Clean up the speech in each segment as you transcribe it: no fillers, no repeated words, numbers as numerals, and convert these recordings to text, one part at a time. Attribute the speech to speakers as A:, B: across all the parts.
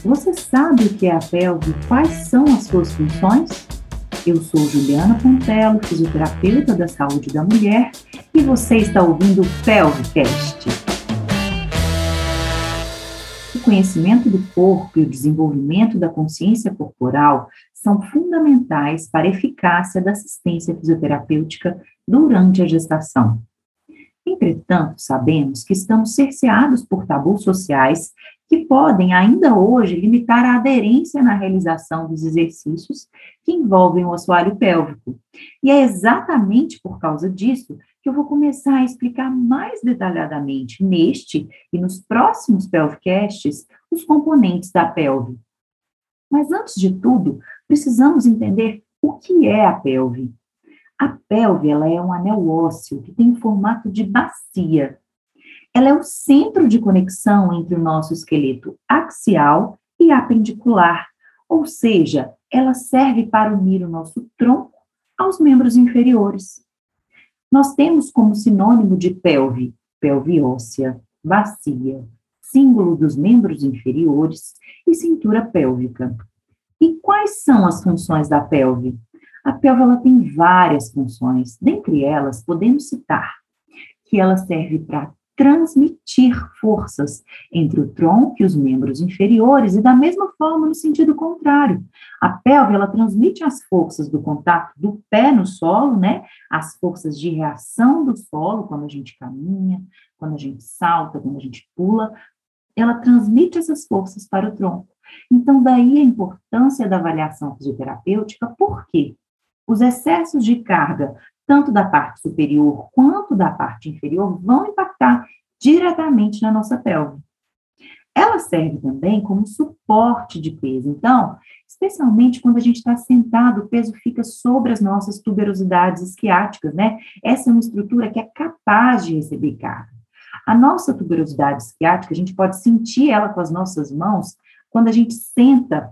A: Você sabe o que é a pelve e quais são as suas funções? Eu sou Juliana Pontelo, fisioterapeuta da saúde da mulher, e você está ouvindo o PelviCast. O conhecimento do corpo e o desenvolvimento da consciência corporal são fundamentais para a eficácia da assistência fisioterapêutica durante a gestação. Entretanto, sabemos que estamos cerceados por tabus sociais que podem, ainda hoje, limitar a aderência na realização dos exercícios que envolvem o assoalho pélvico. E é exatamente por causa disso que eu vou começar a explicar mais detalhadamente neste e nos próximos Pelvicasts os componentes da pelve. Mas antes de tudo, precisamos entender o que é a pelve. A pelve, ela é um anel ósseo que tem o formato de bacia. Ela é o centro de conexão entre o nosso esqueleto axial e apendicular, ou seja, ela serve para unir o nosso tronco aos membros inferiores. Nós temos como sinônimo de pelve, pelve óssea, bacia, símbolo dos membros inferiores e cintura pélvica. E quais são as funções da pelve? A pelve ela tem várias funções, dentre elas podemos citar que ela serve para transmitir forças entre o tronco e os membros inferiores e da mesma forma no sentido contrário. A pelve ela transmite as forças do contato do pé no solo, né? As forças de reação do solo quando a gente caminha, quando a gente salta, quando a gente pula, ela transmite essas forças para o tronco. Então daí a importância da avaliação fisioterapêutica, por quê? Os excessos de carga, tanto da parte superior quanto da parte inferior, vão impactar diretamente na nossa pelve. Ela serve também como suporte de peso. Então, especialmente quando a gente está sentado, o peso fica sobre as nossas tuberosidades isquiáticas, né? Essa é uma estrutura que é capaz de receber carga. A nossa tuberosidade isquiática, a gente pode sentir ela com as nossas mãos quando a gente senta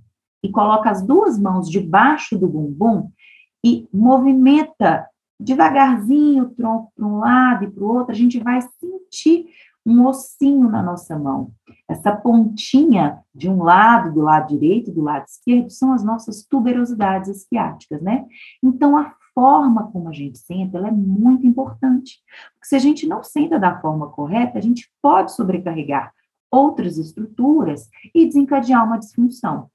A: e coloca as duas mãos debaixo do bumbum e movimenta devagarzinho o tronco para um lado e para o outro, a gente vai sentir um ossinho na nossa mão. Essa pontinha de um lado, do lado direito e do lado esquerdo, são as nossas tuberosidades isquiáticas, né? Então, a forma como a gente senta, ela é muito importante. Porque se a gente não senta da forma correta, a gente pode sobrecarregar outras estruturas e desencadear uma disfunção.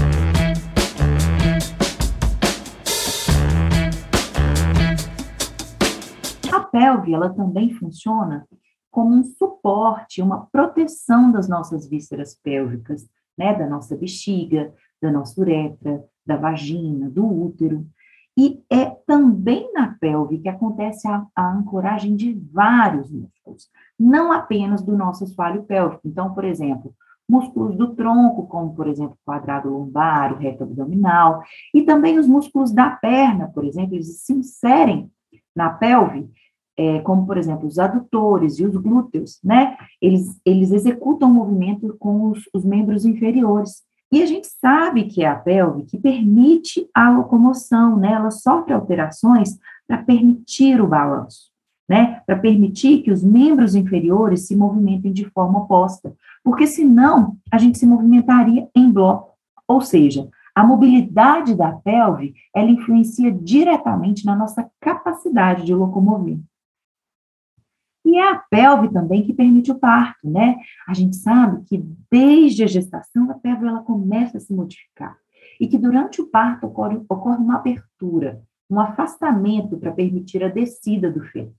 A: A pelve, ela também funciona como um suporte, uma proteção das nossas vísceras pélvicas, né, da nossa bexiga, da nossa uretra, da vagina, do útero. E é também na pelve que acontece a ancoragem de vários músculos, não apenas do nosso assoalho pélvico. Então, por exemplo, músculos do tronco, como, por exemplo, o quadrado lombar, o reto abdominal, e também os músculos da perna, por exemplo, eles se inserem na pelve, como, por exemplo, os adutores e os glúteos, né? Eles executam o movimento com os membros inferiores. E a gente sabe que é a pelve que permite a locomoção, né? Ela sofre alterações para permitir o balanço, né? Para permitir que os membros inferiores se movimentem de forma oposta, porque senão a gente se movimentaria em bloco, ou seja, a mobilidade da pelve, ela influencia diretamente na nossa capacidade de locomover. E é a pelve também que permite o parto, né? A gente sabe que desde a gestação a pelve ela começa a se modificar e que durante o parto ocorre uma abertura, um afastamento para permitir a descida do feto.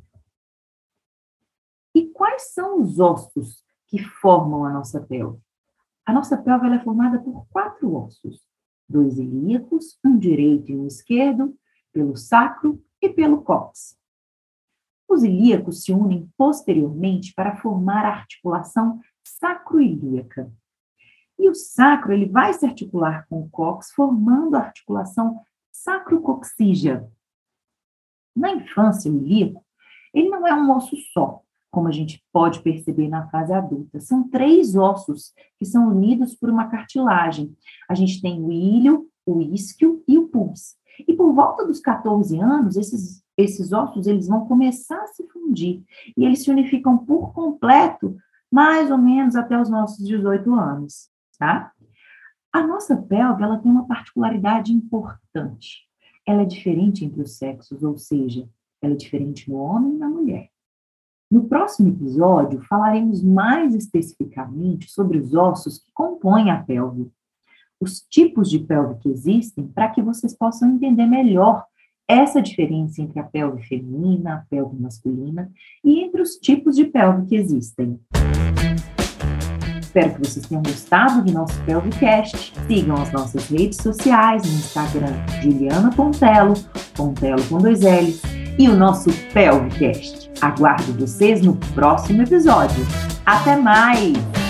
A: E quais são os ossos que formam a nossa pelve? A nossa pelve ela é formada por 4 ossos, 2 ilíacos, um direito e um esquerdo, pelo sacro e pelo cóccix. Os ilíacos se unem posteriormente para formar a articulação sacroilíaca. E o sacro ele vai se articular com o cóccix, formando a articulação sacrococcígea. Na infância, o ilíaco, ele não é um osso só, como a gente pode perceber na fase adulta. São 3 ossos que são unidos por uma cartilagem. A gente tem o ilho, o isquio e o pubis. E por volta dos 14 anos, esses ossos eles vão começar a se fundir e eles se unificam por completo mais ou menos até os nossos 18 anos. tá? A nossa pelve, ela tem uma particularidade importante. Ela é diferente entre os sexos, ou seja, ela é diferente no homem e na mulher. No próximo episódio, falaremos mais especificamente sobre os ossos que compõem a pelve, os tipos de pelve que existem, para que vocês possam entender melhor essa diferença entre a pelve feminina, a pelve masculina e entre os tipos de pelve que existem. Espero que vocês tenham gostado do nosso Pelvicast. Sigam as nossas redes sociais no Instagram, Juliana Pontello, Pontello com 2 L's, e o nosso Pelvicast. Aguardo vocês no próximo episódio. Até mais!